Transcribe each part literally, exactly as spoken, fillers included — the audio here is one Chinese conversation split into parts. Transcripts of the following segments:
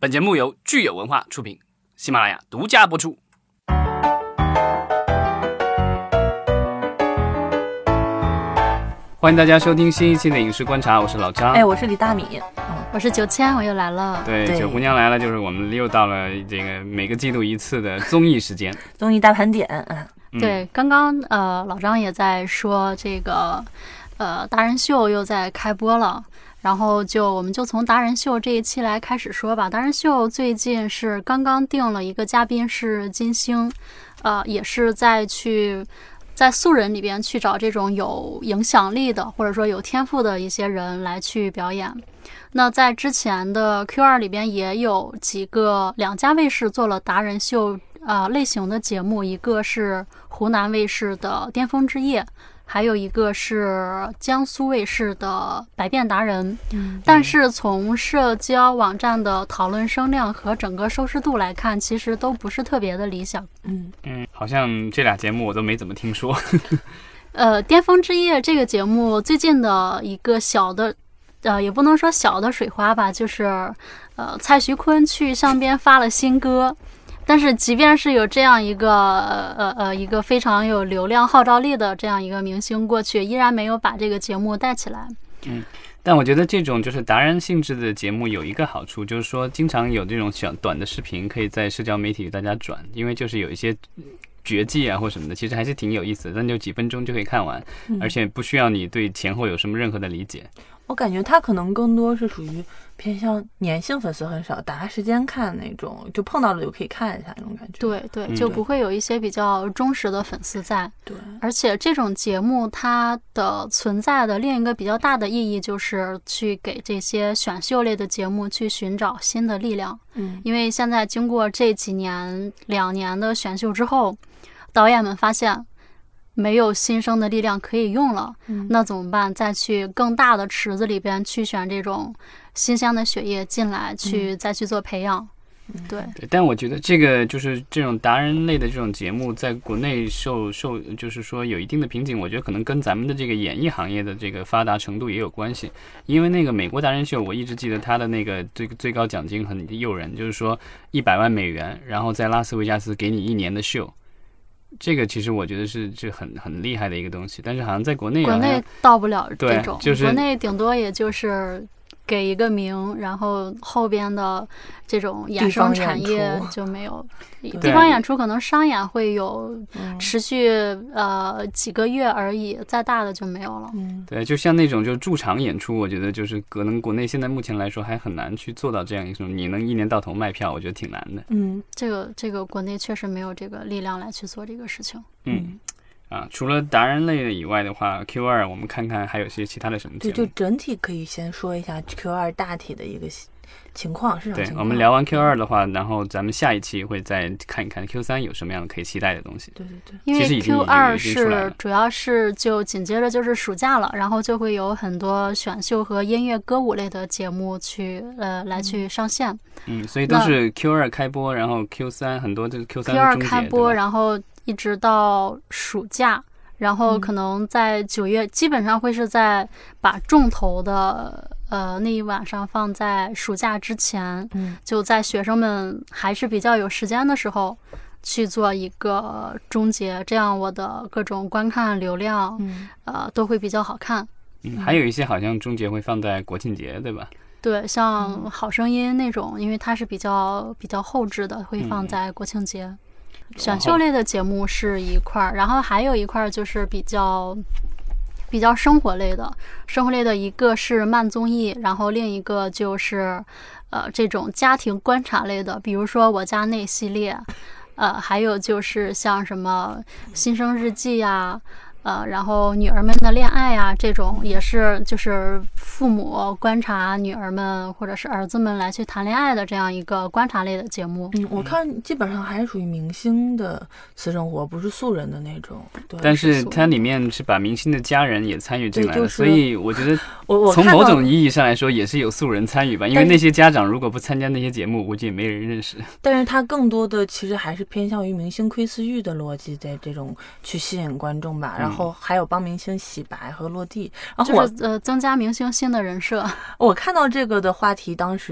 本节目由聚友文化出品，喜马拉雅独家播出。欢迎大家收听新一期的影视观察，我是老张。 哎，我是李大米。 我是九千，我又来了。 对， 对九姑娘来了，就是我们又到了这个每个季度一次的综艺时间， 综艺大盘点。 嗯、 对，刚刚呃老张也在说这个呃达人秀又在开播了，然后就我们就从达人秀这一期来开始说吧。达人秀最近是刚刚定了一个嘉宾是金星，呃也是在去。在素人里边去找这种有影响力的或者说有天赋的一些人来去表演。那在之前的 Q 二 里边也有几个两家卫视做了达人秀呃类型的节目，一个是湖南卫视的巅峰之夜，还有一个是江苏卫视的百变达人。嗯，但是从社交网站的讨论声量和整个收视度来看，其实都不是特别的理想。 嗯嗯，好像这俩节目我都没怎么听说。 呃，巅峰之夜这个节目最近的一个小的，呃，也不能说小的水花吧，就是呃，蔡徐坤去上边发了新歌。但是即便是有这样一个呃呃一个非常有流量号召力的这样一个明星过去，依然没有把这个节目带起来。 嗯，但我觉得这种就是达人性质的节目有一个好处，就是说经常有这种小短的视频可以在社交媒体给大家转，因为就是有一些绝技啊或什么的，其实还是挺有意思的，但就几分钟就可以看完， 嗯、 而且不需要你对前后有什么任何的理解。 我感觉他可能更多是属于偏向粘性粉丝很少，打时间看那种，就碰到了就可以看一下那种感觉。 对对，就不会有一些比较忠实的粉丝在。 对， 而且这种节目它的存在的另一个比较大的意义，就是去给这些选秀类的节目去寻找新的力量。 嗯， 因为现在经过这几年两年的选秀之后，导演们发现没有新生的力量可以用了， 嗯、 那怎么办？再去更大的池子里边去选这种新鲜的血液进来，去、嗯、再去做培养。对对，但我觉得这个就是这种达人类的这种节目，在国内受受就是说有一定的瓶颈。我觉得可能跟咱们的这个演艺行业的这个发达程度也有关系。因为那个美国达人秀，我一直记得他的那个最最高奖金很诱人，就是说一百万美元，然后在拉斯维加斯给你一年的秀。这个其实我觉得是是很很厉害的一个东西，但是好像在国内国内到不了这种， 就是国内顶多也就是给一个名，然后后边的这种衍生产业就没有。地方演出可能商演会有持续、嗯、呃几个月而已，再大的就没有了。 嗯， 对，就像那种就是驻场演出，我觉得就是可能国内现在目前来说还很难去做到这样一种你能一年到头卖票，我觉得挺难的。 嗯，这个这个国内确实没有这个力量来去做这个事情。 嗯。啊，除了达人类的以外的话 ，Q 二我们看看还有些其他的什么节目。 对，就整体可以先说一下 Q 二大体的一个情况，市场情况。 对，我们聊完 Q 二的话，然后咱们下一期会再看一看 Q 三有什么样的可以期待的东西。 对对对， 因为 Q 二是主要是就紧接着就是暑假了，然后就会有很多选秀和音乐歌舞类的节目去呃来去上线。 嗯，所以都是 Q 二开播，然后 Q 三很多就是 Q 三 Q 二开播，然后一直到暑假，然后可能在九月、嗯、基本上会是在把重头的呃那一晚上放在暑假之前、 嗯、 就在学生们还是比较有时间的时候去做一个终结，这样我的各种观看流量、 嗯、 呃都会比较好看。 嗯，还有一些好像终结会放在国庆节，对吧？ 对，像好声音那种、嗯、因为它是比较比较后置的，会放在国庆节。嗯，选秀类的节目是一块，然后还有一块就是比较比较生活类的，生活类的一个是慢综艺，然后另一个就是呃这种家庭观察类的，比如说我家那系列，呃还有就是像什么新生日记呀、呃，然后女儿们的恋爱啊，这种也是就是父母观察女儿们或者是儿子们来去谈恋爱的这样一个观察类的节目。 嗯，我看基本上还是属于明星的私生活，不是素人的那种。对， 但是它里面是把明星的家人也参与进来了， 就是、 所以我觉得我从某种意义上来说也是有素人参与吧，因为那些家长如果不参加那些节目，估计也没人认识。 但是它更多的其实还是偏向于明星窥私欲的逻辑，在这种去吸引观众吧。然后然后还有帮明星洗白和落地，然后我、 就是、呃增加明星新的人设。 我看到这个的话题，当时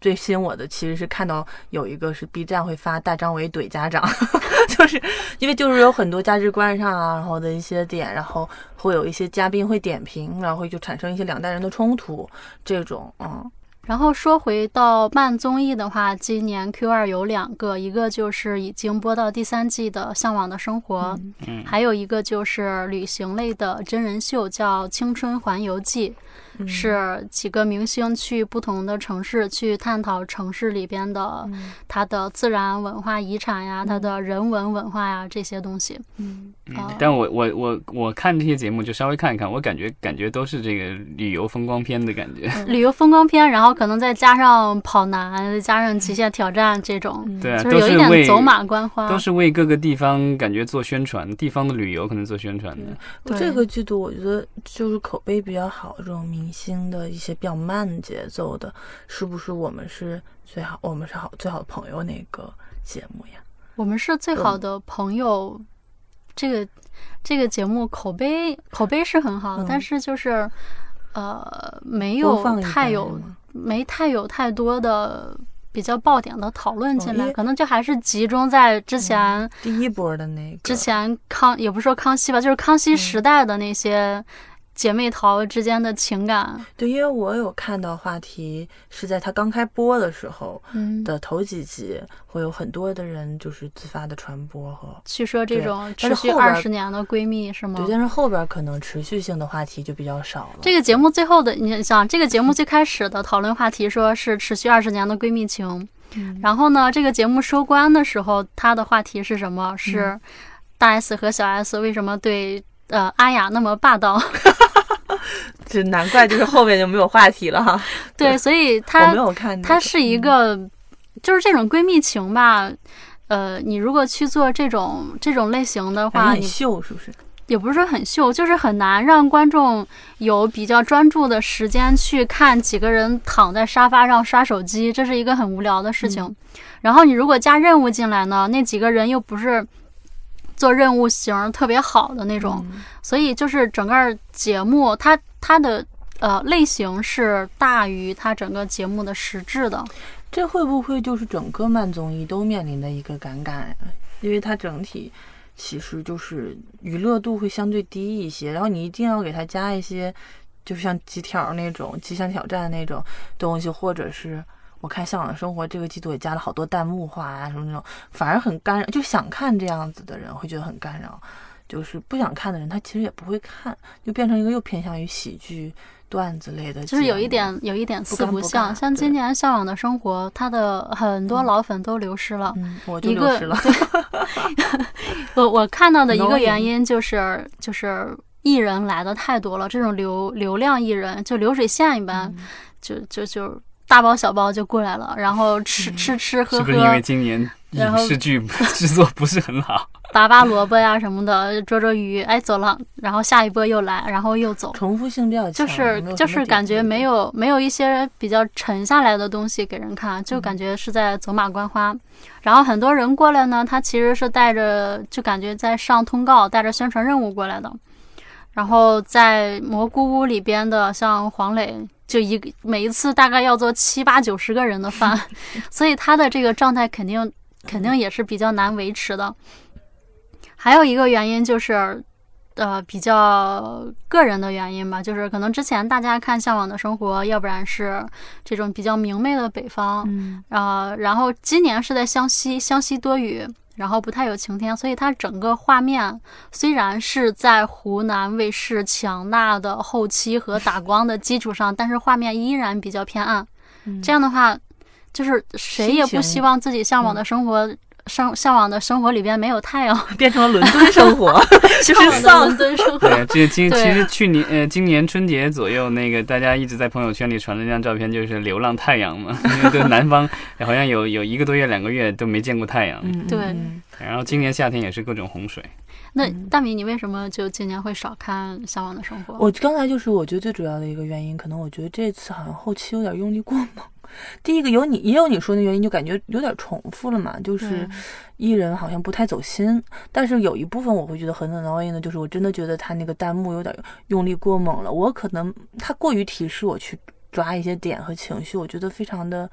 最吸引我的其实是看到有一个是 B 站会发大张伟怼家长，就是因为就是有很多价值观上啊，然后的一些点，然后会有一些嘉宾会点评，然后会就产生一些两代人的冲突这种，嗯。 然后说回到慢综艺的话，今年 Q 二有两个，一个就是已经播到第三季的《向往的生活》， 嗯， 还有一个就是旅行类的真人秀，叫《青春环游记》。 嗯、 是几个明星去不同的城市去探讨城市里边的它的自然文化遗产呀、嗯、它的人文文化呀这些东西。 嗯， 嗯但我我我我看这些节目就稍微看一看，我感觉感觉都是这个旅游风光片的感觉。 旅游风光片，然后可能再加上跑男，再加上极限挑战这种， 对啊， 就是有一点走马观花， 都是为各个地方感觉做宣传，地方的旅游可能做宣传的。 对，这个季度我觉得就是口碑比较好，这种明星的一些比较慢节奏的，是不是我们是最好我们是好最好的朋友那个节目呀？ 我们是最好的朋友，嗯、这个这个节目口碑口碑是很好，嗯、但是就是呃没有太有没太有太多的比较爆点的讨论进来，哦、可能就还是集中在之前、 嗯、第一波的那个之前康也不是说康熙吧，就是康熙时代的那些。嗯姐妹淘之间的情感， 对，因为我有看到话题是在它刚开播的时候的头几集，嗯、会有很多的人就是自发的传播和去说这种持续二十年的闺蜜是吗？ 对，但是后边可能持续性的话题就比较少了。 这个节目最后的，你想，这个节目最开始的讨论话题说是持续二十年的闺蜜情，嗯、然后呢，这个节目收官的时候，它的话题是什么？是大 S 和小 S 为什么对呃阿雅那么霸道？ 这难怪就是后面就没有话题了哈。 对， 对， 所以它我没有看、那个， 它是一个、嗯、就是这种闺蜜情吧。呃，你如果去做这种这种类型的话， 很秀是不是？ 也不是说很秀，就是很难让观众有比较专注的时间去看几个人躺在沙发上刷手机，这是一个很无聊的事情。嗯、然后你如果加任务进来呢，那几个人又不是做任务型特别好的那种，嗯、所以就是整个节目它它的呃类型是大于它整个节目的实质的。 这会不会就是整个慢综艺都面临的一个尴尬呀？因为它整体其实就是娱乐度会相对低一些，然后你一定要给它加一些，就像极挑那种极限挑战那种东西，或者是我看《向往的生活》这个季度也加了好多弹幕化啊什么那种，反而很干扰。就想看这样子的人会觉得很干扰，就是不想看的人他其实也不会看，就变成一个又偏向于喜剧段子类的， 就是有一点有一点四不像。不像今年《向往的生活》，他的很多老粉都流失了， 嗯、我就流失了。 我我看到的一个原因就是就是艺人来的太多了，这种流流量艺人就流水线一般，嗯、就就就大包小包就过来了，然后吃、嗯、吃吃喝喝。 是不是因为今年影视剧制作不是很好？ 拔拔萝卜呀什么的，捉捉鱼，哎走了，然后下一波又来，然后又走， 重复性比较强，就是就是感觉没有没有一些比较沉下来的东西给人看，就感觉是在走马观花。嗯、然后很多人过来呢，他其实是带着就感觉在上通告，带着宣传任务过来的。然后在蘑菇屋里边的像黄磊，就一个每一次大概要做七八九十个人的饭，所以他的这个状态肯定肯定也是比较难维持的。还有一个原因就是，呃，比较个人的原因吧，就是可能之前大家看《向往的生活》，要不然是这种比较明媚的北方， 嗯， 呃，然后今年是在湘西，湘西多雨，然后不太有晴天，所以它整个画面虽然是在湖南卫视强大的后期和打光的基础上，但是画面依然比较偏暗。 嗯、 这样的话，就是谁也不希望自己向往的生活。生向往的生活里边没有太阳， 变成了伦敦生活，就是丧伦敦生活。 对，这今其实去年呃今年春节左右，那个大家一直在朋友圈里传的那张照片，就是流浪太阳嘛，因为对南方好像有有一个多月、两个月都没见过太阳。 嗯、对。 然后今年夏天也是各种洪水。 那大米，你为什么就今年会少看《向往的生活》？ 我刚才就是我觉得最主要的一个原因，可能我觉得这次好像后期有点用力过猛。第一个有你也有你说的原因，就感觉有点重复了嘛，就是艺人好像不太走心。但是有一部分我会觉得很 annoying 的，就是我真的觉得他那个弹幕有点用力过猛了。我可能他过于提示我去抓一些点和情绪，我觉得非常的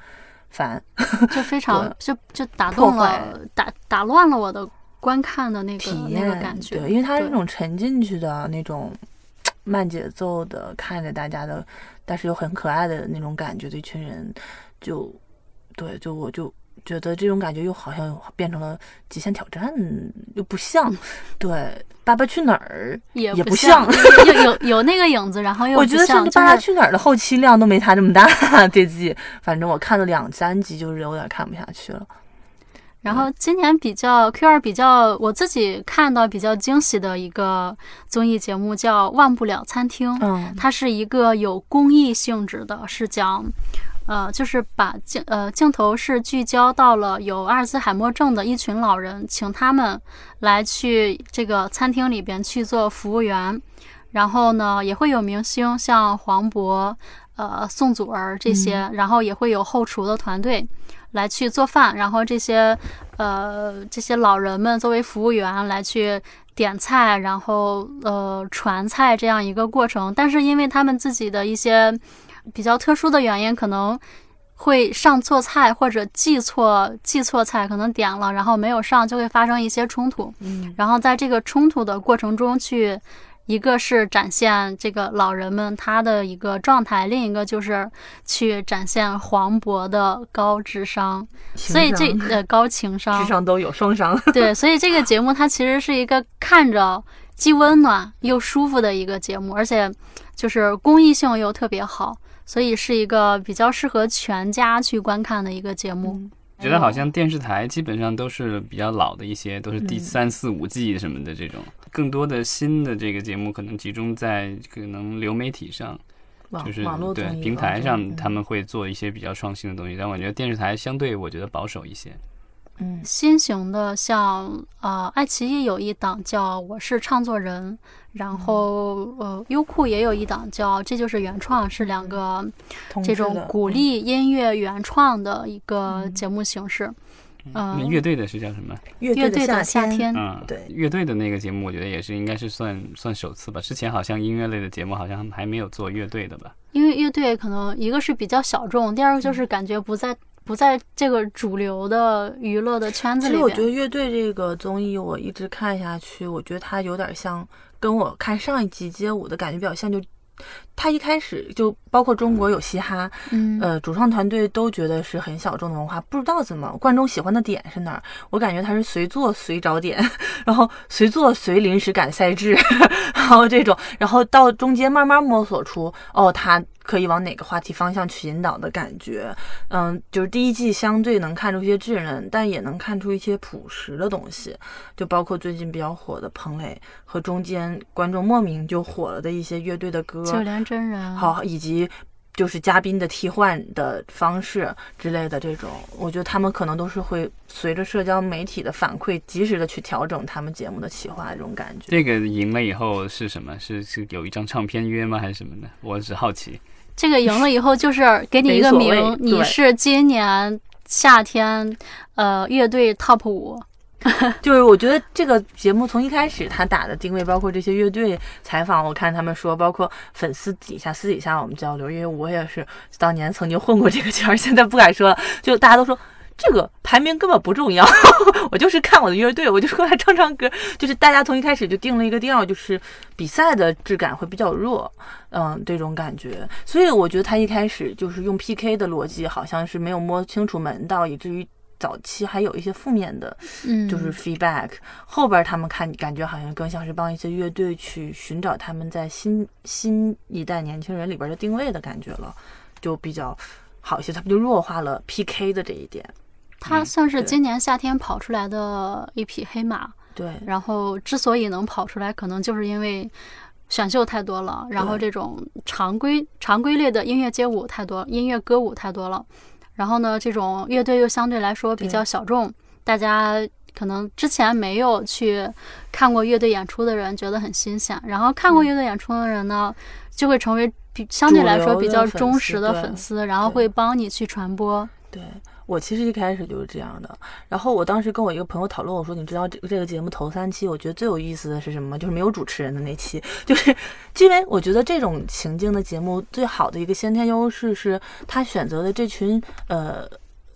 烦， 就非常就就打动了，打打乱了我的观看的那个体验那个感觉。 对，因为它是那种沉进去的那种慢节奏的，看着大家的，但是又很可爱的那种感觉的一群人，就对，就我就觉得这种感觉又好像变成了极限挑战，又不像，对，爸爸去哪儿也也不像， 像有有有那个影子，然后又我觉得甚至爸爸去哪儿的后期量都没他这么大，这季反正我看了两三集，就是有点看不下去了。 然后今年比较 Q 二比较我自己看到比较惊喜的一个综艺节目叫《忘不了餐厅》， 嗯， 它是一个有公益性质的，是讲呃，就是把镜呃镜头是聚焦到了有阿尔兹海默症的一群老人，请他们来去这个餐厅里边去做服务员，然后呢也会有明星像黄渤、呃宋祖儿这些， 嗯、 然后也会有后厨的团队来去做饭，然后这些呃这些老人们作为服务员来去点菜，然后呃传菜这样一个过程。但是因为他们自己的一些比较特殊的原因，可能会上错菜或者记错记错菜，可能点了然后没有上，就会发生一些冲突。 嗯， 然后在这个冲突的过程中去，一个是展现这个老人们他的一个状态，另一个就是去展现黄渤的高智商，所以这呃高情商， 智商都有双商。 对，所以这个节目它其实是一个看着既温暖又舒服的一个节目，而且就是公益性又特别好，所以是一个比较适合全家去观看的一个节目。 嗯， 觉得好像电视台基本上都是比较老的一些，都是第三四五季什么的这种，更多的新的这个节目可能集中在可能流媒体上，就是对平台上他们会做一些比较创新的东西，但我觉得电视台相对我觉得保守一些。 嗯， 新型的像呃，爱奇艺有一档叫《我是唱作人》，然后呃，优酷也有一档叫《这就是原创》，是两个这种鼓励音乐原创的一个节目形式。 嗯，那乐队的是叫什么？ 乐队的夏天。 嗯，对，乐队的那个节目，我觉得也是应该是算算首次吧。之前好像音乐类的节目好像还没有做乐队的吧？ 因为乐队可能一个是比较小众，第二个就是感觉不在。不在这个主流的娱乐的圈子里边。 其实我觉得乐队这个综艺我一直看下去，我觉得它有点像跟我看上一季街舞的感觉比较像，就它一开始就包括中国有嘻哈， 嗯， 呃，主创团队都觉得是很小众的文化，不知道怎么观众喜欢的点是哪儿。我感觉它是随做随找点，然后随做随临时赶赛制，然后这种，然后到中间慢慢摸索出哦，它可以往哪个话题方向去引导的感觉。嗯，就是第一季相对能看出一些稚嫩，但也能看出一些朴实的东西，就包括最近比较火的彭磊和中间观众莫名就火了的一些乐队的歌， 九连真人， 好，以及就是嘉宾的替换的方式之类的这种，我觉得他们可能都是会随着社交媒体的反馈及时的去调整他们节目的企划，这种感觉。 这个赢了以后是什么？是是有一张唱片约吗？还是什么的？我只好奇。 这个赢了以后就是给你一个名，你是今年夏天呃乐队 top 五。 就是我觉得这个节目从一开始他打的定位，包括这些乐队采访，我看他们说，包括粉丝底下私底下我们交流，因为我也是当年曾经混过这个圈，现在不敢说了，就大家都说这个排名根本不重要，我就是看我的乐队，我就是过来唱唱歌，就是大家从一开始就定了一个调，就是比赛的质感会比较弱，嗯，这种感觉。所以我觉得他一开始就是用 P K 的逻辑，好像是没有摸清楚门道，以至于早期还有一些负面的，就是 feedback、嗯、后边他们看感觉好像更像是帮一些乐队去寻找他们在新新一代年轻人里边的定位的感觉了，就比较好一些，他们就弱化了 P K 的这一点。 他算是今年夏天跑出来的一匹黑马， 对。 然后之所以能跑出来，可能就是因为选秀太多了，然后这种常规常规类的音乐街舞太多，音乐歌舞太多了。然后呢，这种乐队又相对来说比较小众，大家可能之前没有去看过乐队演出的人觉得很新鲜，然后看过乐队演出的人呢，就会成为比相对来说比较忠实的粉丝，然后会帮你去传播。 对，我其实一开始就是这样的。然后我当时跟我一个朋友讨论，我说你知道这这个节目头三期我觉得最有意思的是什么吗？就是没有主持人的那期，就是因为我觉得这种情境的节目最好的一个先天优势是他选择的这群呃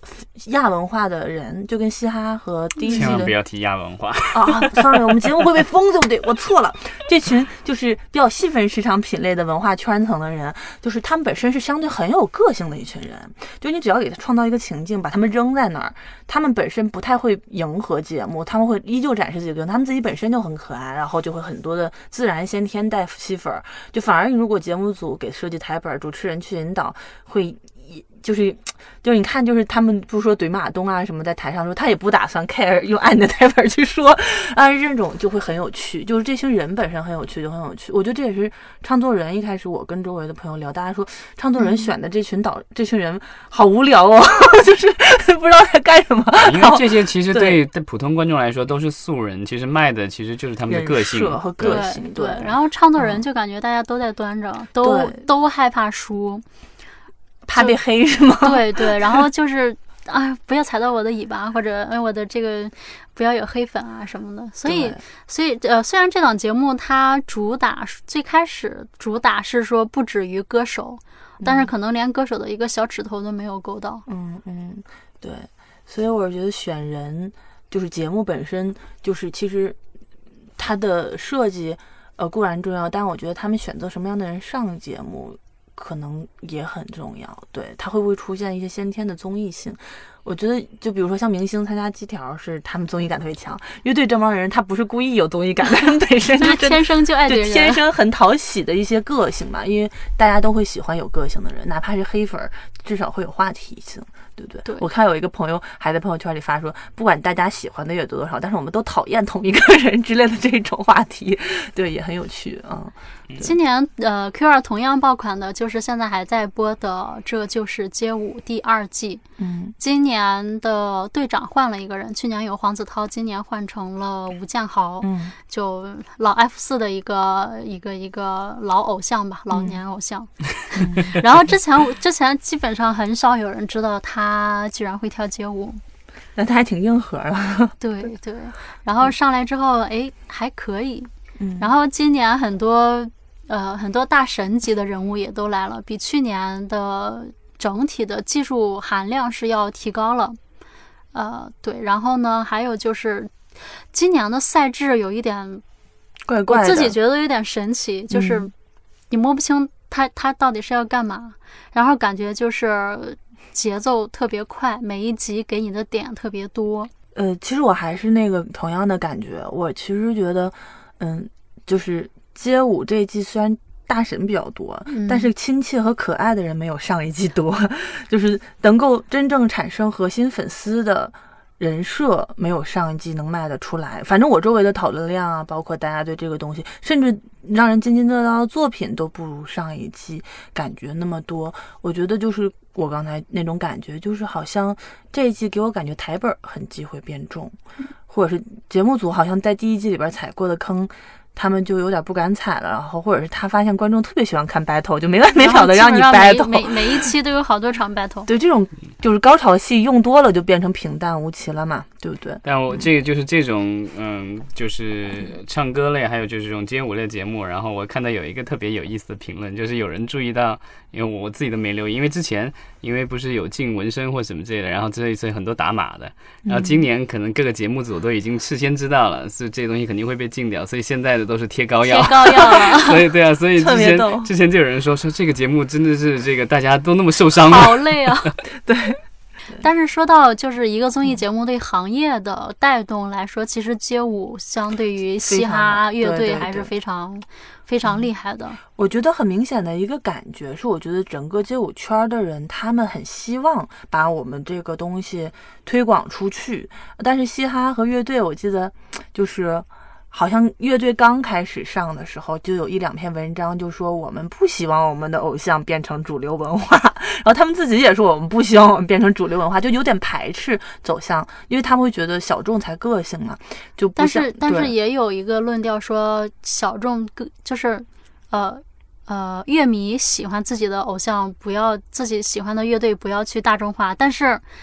亚文化的人，就跟嘻哈和第一季的千万不要提亚文化啊 ，sorry， 我们节目会被封，对不对？我错了。这群就是比较细分市场品类的文化圈层的人，就是他们本身是相对很有个性的一群人。就你只要给他创造一个情境，把他们扔在那儿，他们本身不太会迎合节目，他们会依旧展示自己的个性，他们自己本身就很可爱，然后就会很多的自然先天带吸粉。就反而你如果节目组给设计台本，主持人去引导，会。就是就是你看，就是他们不是说怼马东啊什么，在台上说他也不打算 care 用按你的台本去说啊，这种就会很有趣。就是这群人本身很有趣，就很有趣。我觉得这也是唱作人一开始我跟周围的朋友聊，大家说唱作人选的这群导、嗯、这群人好无聊哦，就是不知道在干什么。 因为这些其实对对普通观众来说都是素人，其实卖的其实就是他们的个性和个性。 对，对，然后唱作人就感觉大家都在端着，嗯、都都害怕输。 怕被黑是吗？ 对对，然后就是啊，不要踩到我的尾巴，或者哎，我的这个不要有黑粉啊什么的。所以，所以呃，虽然这档节目它主打最开始主打是说不止于歌手，嗯、但是可能连歌手的一个小指头都没有够到。 嗯嗯，对。所以我觉得选人就是节目本身，就是其实它的设计呃固然重要，但我觉得他们选择什么样的人上节目。可能也很重要，对，它会不会出现一些先天的综艺性？我觉得，就比如说像明星参加机条，是他们综艺感特别强。乐队这帮人，他不是故意有综艺感，他们本身就天生就爱对人， 天生很讨喜的一些个性嘛。因为大家都会喜欢有个性的人，哪怕是黑粉，至少会有话题性，对不对？ 对。 我看有一个朋友还在朋友圈里发说，不管大家喜欢的乐多多少，但是我们都讨厌同一个人之类的这种话题，对，也很有趣啊。嗯今年呃 Q 二同样爆款的就是现在还在播的《这就是街舞》第二季。 嗯， 今年的队长换了一个人，去年有黄子韬，今年换成了吴建豪。 嗯， 就老 F 四 的一个一个一个老偶像吧，老年偶像。嗯、然后之前之前基本上很少有人知道他居然会跳街舞。 那他还挺硬核啊。 对对，然后上来之后，哎，还可以。 嗯， 然后今年很多呃很多大神级的人物也都来了，比去年的整体的技术含量是要提高了。呃，对，然后呢，还有就是今年的赛制有一点怪怪的， 我自己觉得有点神奇，就是你摸不清他他到底是要干嘛，然后感觉就是节奏特别快，每一集给你的点特别多。 呃，其实我还是那个同样的感觉，我其实觉得。嗯，就是街舞这一季虽然大神比较多， 嗯、 但是亲切和可爱的人没有上一季多，就是能够真正产生核心粉丝的人设没有上一季能卖得出来。反正我周围的讨论量啊，包括大家对这个东西，甚至让人津津乐道的作品都不如上一季感觉那么多。我觉得就是我刚才那种感觉，就是好像这一季给我感觉台本很机会变重。或者是节目组好像在第一季里边踩过的坑，他们就有点不敢踩了，然后或者是他发现观众特别喜欢看 battle， 就没完没了的让你 battle， 每每一期都有好多场 battle。 对，这种就是高潮戏用多了就变成平淡无奇了嘛，对不对？ 但我这个就是这种嗯，就是唱歌类，还有就是这种街舞类节目，然后我看到有一个特别有意思的评论，就是有人注意到，因为我自己都没留意，因为之前因为不是有进纹身或什么之类的，然后这一次很多打码的，然后今年可能各个节目组都已经事先知道了，所以这些东西肯定会被禁掉，所以现在的都是贴膏药， 贴膏药了。 所以对啊，所以之前之前就有人说说这个节目真的是这个大家都那么受伤吗？ 好累啊。 对。 但是说到就是一个综艺节目对行业的带动来说，其实街舞相对于嘻哈乐队还是非常对对对非常厉害的。 我觉得很明显的一个感觉是，我觉得整个街舞圈的人他们很希望把我们这个东西推广出去，但是嘻哈和乐队我记得就是好像乐队刚开始上的时候就有一两篇文章就说我们不希望我们的偶像变成主流文化，然后他们自己也说我们不希望我们变成主流文化，就有点排斥走向，因为他们会觉得小众才个性嘛，就不但是但是也有一个论调说小众就是呃呃乐迷喜欢自己的偶像，不要自己喜欢的乐队不要去大众化，但是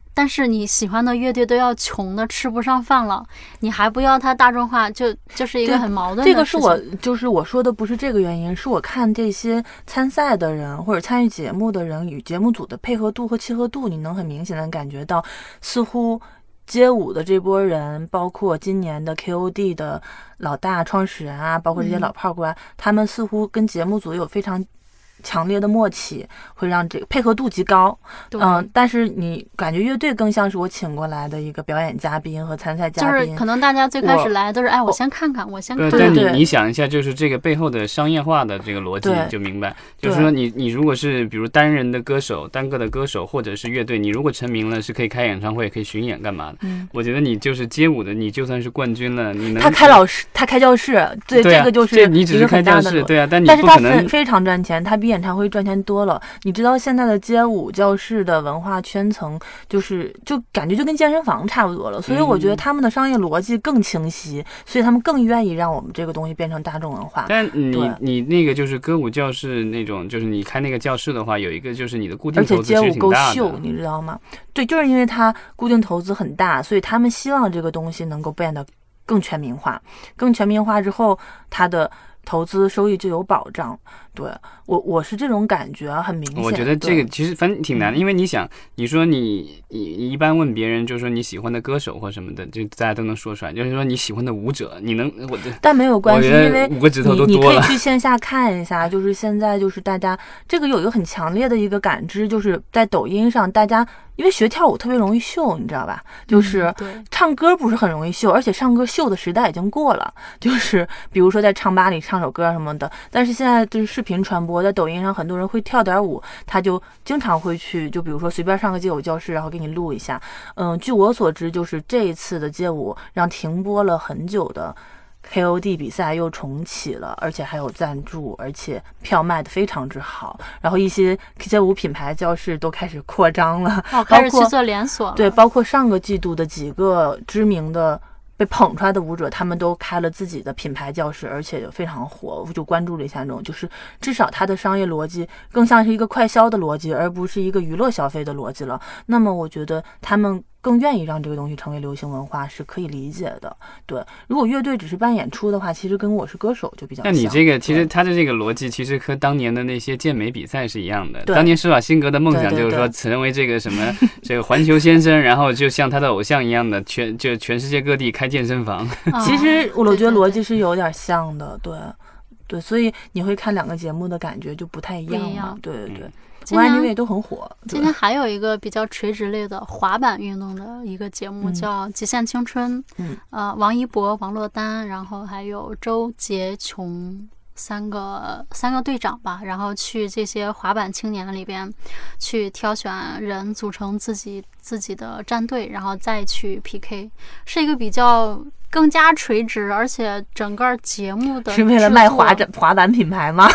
但是你喜欢的乐队都要穷的吃不上饭了，你还不要它大众化，就就是一个很矛盾的事情。 这个是我就是我说的不是这个原因，是我看这些参赛的人或者参与节目的人与节目组的配合度和契合度，你能很明显的感觉到，似乎街舞的这波人，包括今年的 K O D 的老大创始人啊，包括这些老炮官，嗯、他们似乎跟节目组有非常强烈的默契，会让这个配合度极高。嗯，但是你感觉乐队更像是我请过来的一个表演嘉宾和参赛嘉宾， 就是可能大家最开始来都是哎，我先看看，我先看看。 但你你想一下，就是这个背后的商业化的这个逻辑，你就明白，就是说你你如果是比如单人的歌手、单个的歌手，或者是乐队，你如果成名了，是可以开演唱会、可以巡演干嘛的。嗯，我觉得你就是街舞的，你就算是冠军了，你能他开老师，他开教室，对， 对啊、 这个就是这你只是开教室，对啊，但你不可能，但是他非常赚钱，他比演唱会赚钱多了。你知道现在的街舞教室的文化圈层，就是就感觉就跟健身房差不多了，所以我觉得他们的商业逻辑更清晰，所以他们更愿意让我们这个东西变成大众文化。 但你你那个就是歌舞教室那种，就是你开那个教室的话，有一个就是你的固定投资其实挺大的， 而且街舞够秀，你知道吗？对，就是因为它固定投资很大，所以他们希望这个东西能够变得更全民化，更全民化之后，它的投资收益就有保障。对，我我是这种感觉，很明显。 我觉得这个其实反正挺难的，因为你想，你说你你你一般问别人，就是说你喜欢的歌手或什么的，就大家都能说出来。就是说你喜欢的舞者，你能我的， 但没有关系，因为五个指头都多了。你可以去线下看一下，就是现在就是大家这个有一个很强烈的一个感知，就是在抖音上，大家因为学跳舞特别容易秀，你知道吧？就是唱歌不是很容易秀，而且唱歌秀的时代已经过了。就是比如说在唱吧里唱首歌什么的，但是现在就是视频传播，在抖音上很多人会跳点舞，他就经常会去，就比如说随便上个街舞教室，然后给你录一下。嗯，据我所知，就是这一次的街舞让停播了很久的 K O D 比赛又重启了，而且还有赞助，而且票卖得非常之好。然后一些街舞品牌教室都开始扩张了， 哦，开始去做连锁了。 对，包括上个季度的几个知名的被捧出来的舞者，他们都开了自己的品牌教室，而且非常火。我就关注了一下，这种就是至少它的商业逻辑更像是一个快销的逻辑，而不是一个娱乐消费的逻辑了。那么我觉得他们更愿意让这个东西成为流行文化是可以理解的。对，如果乐队只是办演出的话，其实跟我是歌手就比较像。 那你这个其实他的这个逻辑其实和当年的那些健美比赛是一样的。当年施瓦辛格的梦想就是说成为这个什么这个环球先生，然后就像他的偶像一样的全就全世界各地开健身房。 其实我觉得逻辑是有点像的，对对，所以你会看两个节目的感觉就不太一样嘛。对对对。国外因为都很火。 今天还有一个比较垂直类的滑板运动的一个节目，叫《极限青春》。嗯，呃，王一博、王珞丹，然后还有周杰琼三个三个队长吧，然后去这些滑板青年里边去挑选人，组成自己自己的战队，然后再去 P K， 是一个比较更加垂直，而且整个节目的是为了卖滑滑板品牌吗？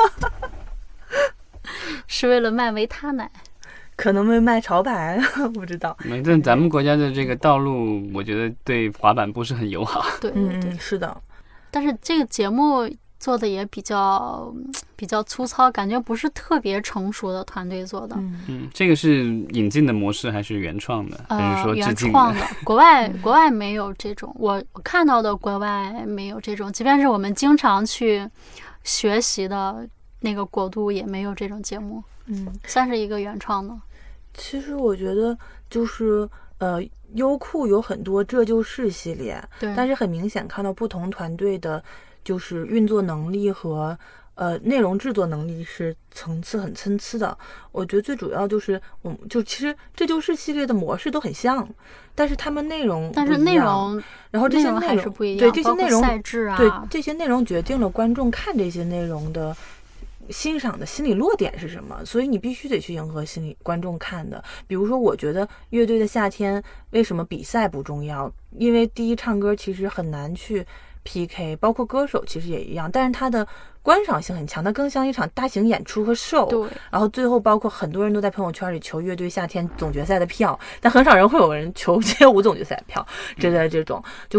是为了卖维他奶， 可能会卖潮牌，不知道。 反正咱们国家的这个道路，我觉得对滑板不是很友好。 对对对， 嗯，是的。 但是这个节目做的也比较比较粗糙，感觉不是特别成熟的团队做的。 嗯嗯，这个是引进的模式还是原创的？ 呃， 还是说致敬的？ 原创的。国外国外没有这种，我我看到的国外没有这种，即便是我们经常去学习的那个国度也没有这种节目。嗯，算是一个原创的。 其实我觉得就是呃，优酷有很多这就是系列， 对， 但是很明显看到不同团队的，就是运作能力和呃内容制作能力是层次很参差的。我觉得最主要就是我们就其实这就是系列的模式都很像，但是他们内容但是内容然后这些内容还是不一样， 对这些内容赛制啊， 对这些内容决定了观众看这些内容的欣赏的心理落点是什么，所以你必须得去迎合心理观众看的。比如说我觉得乐队的夏天为什么比赛不重要，因为第一唱歌其实很难去 P K， 包括歌手其实也一样，但是它的观赏性很强，它更像一场大型演出和秀。 对， 然后最后包括很多人都在朋友圈里求乐队夏天总决赛的票，但很少人会有人求街舞总决赛的票之类的，这种就是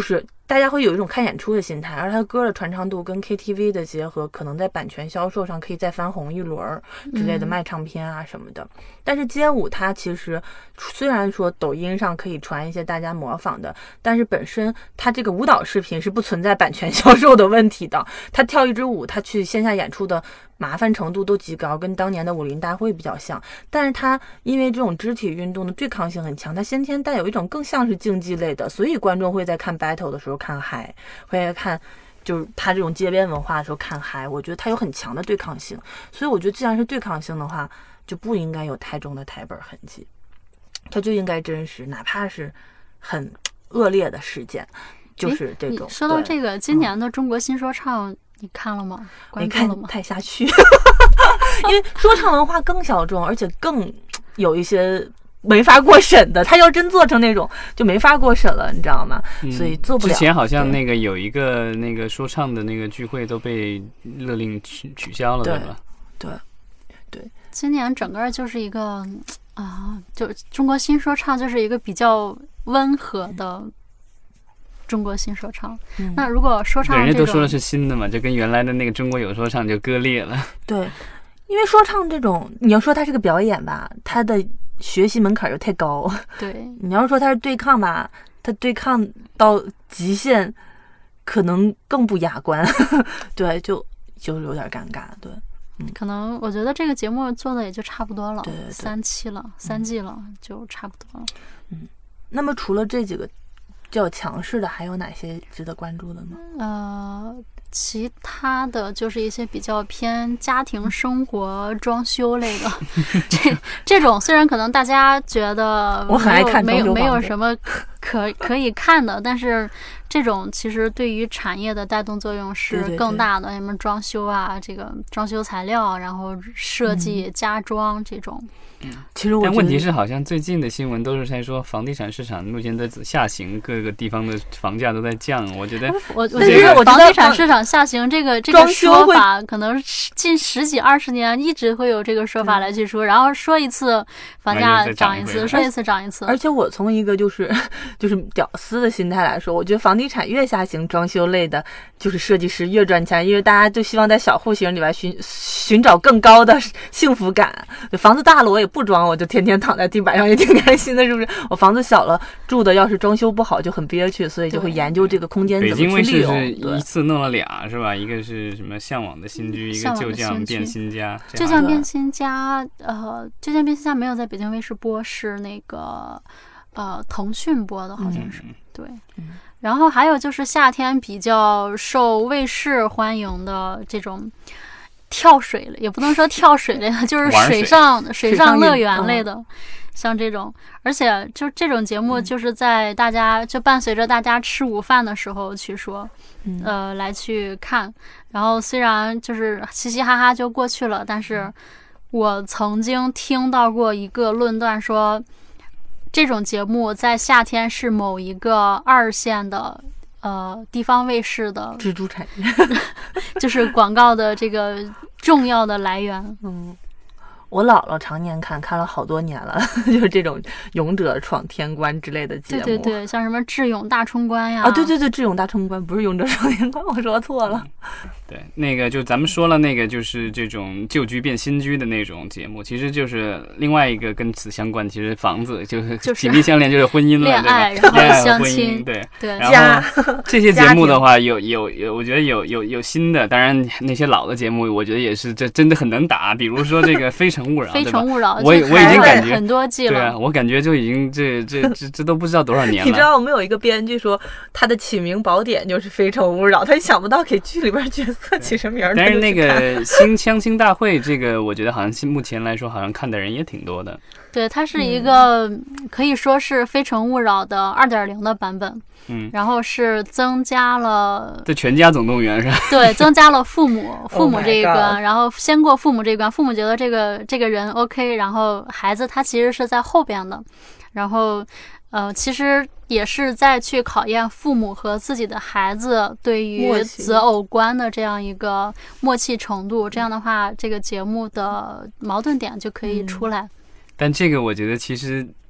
大家会有一种看演出的心态，而它歌的传唱度跟 K T V 的结合，可能在版权销售上可以再翻红一轮之类的，卖唱片啊什么的。嗯、但是街舞它其实虽然说抖音上可以传一些大家模仿的，但是本身它这个舞蹈视频是不存在版权销售的问题的。它跳一支舞，它去线下演出的麻烦程度都极高，跟当年的武林大会比较像。但是它因为这种肢体运动的对抗性很强，它先天带有一种更像是竞技类的，所以观众会在看 battle 的时候看嗨，会在看就是他这种街边文化的时候看嗨。我觉得它有很强的对抗性，所以我觉得既然是对抗性的话，就不应该有太重的台本痕迹，它就应该真实，哪怕是很恶劣的事件，就是这种。 说到这个，今年的中国新说唱、嗯、你看了吗？ 没看太下去，因为说唱文化更小众，而且更有一些没法过审的，他要真做成那种就没法过审了，你知道吗？嗯、所以做不了。 之前好像那个有一个那个说唱的那个聚会都被勒令取取消了，对吧？ 对对。 今年整个就是一个啊，就中国新说唱就是一个比较温和的中国新说唱。嗯、那如果说唱这种， 人家都说的是新的嘛，就跟原来的那个中国有说唱就割裂了。 对，因为说唱这种，你要说它是个表演吧，它的学习门槛又太高。 对， 你要说它是对抗吧，它对抗到极限，可能更不雅观。对，就就有点尴尬。对，嗯， 可能我觉得这个节目做的也就差不多了， 对对对， 三期了，三季了，嗯、就差不多了。 嗯，那么除了这几个较强势的，还有哪些值得关注的呢？ 呃。其他的就是一些比较偏家庭生活装修类的，这这种虽然可能大家觉得我很爱看没有没有什么可可以看的，但是这种其实对于产业的带动作用是更大的。什么装修啊，这个装修材料，然后设计、嗯、家装这种。 嗯，其实我但问题是，好像最近的新闻都是在说房地产市场目前在下行，各个地方的房价都在降。我觉得， 我我觉得房地产市场下行这个这个说法，可能近十几二十年一直会有这个说法来去说，然后说一次房价涨一次，说一次涨一次。 而且我从一个就是就是屌丝的心态来说，我觉得房地产越下行，装修类的就是设计师越赚钱，因为大家就希望在小户型里边寻寻找更高的幸福感。房子大了，我也不装，我就天天躺在地板上也挺开心的，是不是？我房子小了，住的要是装修不好就很憋屈，所以就会研究这个空间怎么去利用。 北京卫视是一次弄了俩，是吧？一个是什么向往的新居，一个旧将变新家。 旧将变新家，呃，旧将变新家没有在北京卫视播，是那个呃腾讯播的，好像是、嗯、对。嗯、然后还有就是夏天比较受卫视欢迎的这种。跳水类也不能说跳水类的，就是水上水上乐园类的，像这种，而且就这种节目就是在大家就伴随着大家吃午饭的时候去说，呃，来去看。然后虽然就是嘻嘻哈哈就过去了，但是我曾经听到过一个论断说，这种节目在夏天是某一个二线的。呃，地方卫视的支柱产业， 就是广告的这个重要的来源。 嗯，我姥姥常年看，看了好多年了，就是这种勇者闯天关之类的节目。 对对对，像什么智勇大冲关呀。 啊，对对对，智勇大冲关不是勇者闯天关，我说错了。 嗯、对，那个就咱们说了，那个就是这种旧居变新居的那种节目，其实就是另外一个跟此相关，其实房子就是紧密相连，就是婚姻了， 恋爱， 对吧？ 然后相亲， 对对。 然后这些节目的话，有有有，我觉得有有有新的，当然那些老的节目，我觉得也是这真的很能打，比如说这个《非诚勿扰》， 非诚勿扰， 我我已经感觉很多季了， 对啊，我感觉就已经这这这这都不知道多少年了。 你知道我们有一个编剧说，他的起名宝典就是《非诚勿扰》，他想不到给剧里边角色起什么名。 但是那个新相亲大会，这个我觉得好像目前来说，好像看的人也挺多的。 对，它是一个可以说是《非诚勿扰》的二点零的版本。嗯，然后是增加了这全家总动员是吧？ 对，增加了父母父母这一关， oh、然后先过父母这一关，父母觉得这个这个人 OK， 然后孩子他其实是在后边的，然后呃，其实也是在去考验父母和自己的孩子对于择偶观的这样一个默契程度，这样的话，这个节目的矛盾点就可以出来。嗯、 但这个我觉得其实。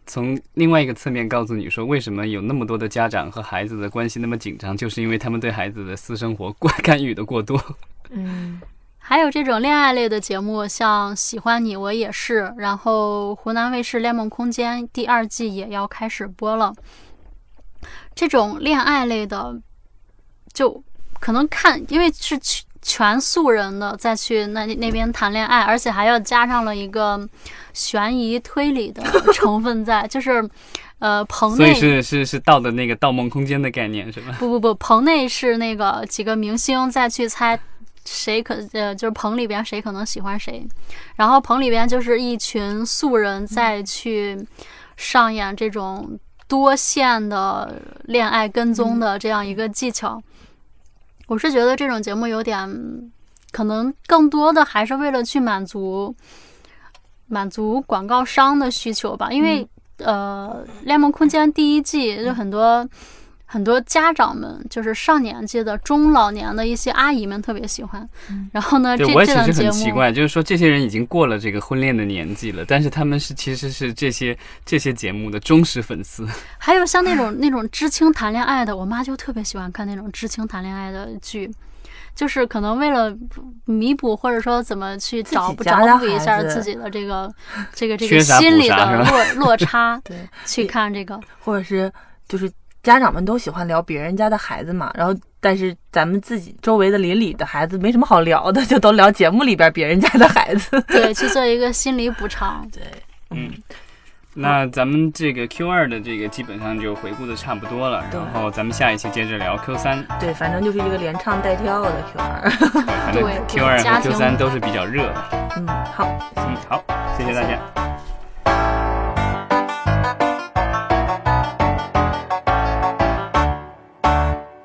从另外一个侧面告诉你说，为什么有那么多的家长和孩子的关系那么紧张，就是因为他们对孩子的私生活过干预的过多。 嗯， 还有这种恋爱类的节目，像《喜欢你我也是》，然后湖南卫视《恋梦空间》第二季也要开始播了。这种恋爱类的，就可能看，因为是全素人的再去那那边谈恋爱，而且还要加上了一个悬疑推理的成分在，就是呃棚内， 所以是是是到的那个《盗梦空间》的概念是吧？ 不不不，棚内是那个几个明星再去猜谁可呃就是棚里边谁可能喜欢谁，然后棚里边就是一群素人再去上演这种多线的恋爱跟踪的这样一个技巧。我是觉得这种节目有点，可能更多的还是为了去满足满足广告商的需求吧，因为、嗯、呃，《恋梦空间》第一季就很多很多家长们，就是上年纪的中老年的一些阿姨们特别喜欢。嗯、然后呢， 对这我也其实这档节目很奇怪，就是说这些人已经过了这个婚恋的年纪了，但是他们是其实是这些这些节目的忠实粉丝。 还有像那种那种知青谈恋爱的，我妈就特别喜欢看那种知青谈恋爱的剧。就是可能为了弥补，或者说怎么去找找补一下自己的这个这个这个心理的落落差， 对， 去看这个， 或者是就是家长们都喜欢聊别人家的孩子嘛，然后但是咱们自己周围的邻里的孩子没什么好聊的，就都聊节目里边别人家的孩子， 对，去做一个心理补偿。 对， 嗯。那咱们这个 Q 二 的这个基本上就回顾的差不多了，然后咱们下一期接着聊 Q 三。 对，反正就是一个连唱带跳的 Q 二。 反正 Q 二 和 Q 三都是比较热的。 嗯，好， 嗯，好，谢谢大家。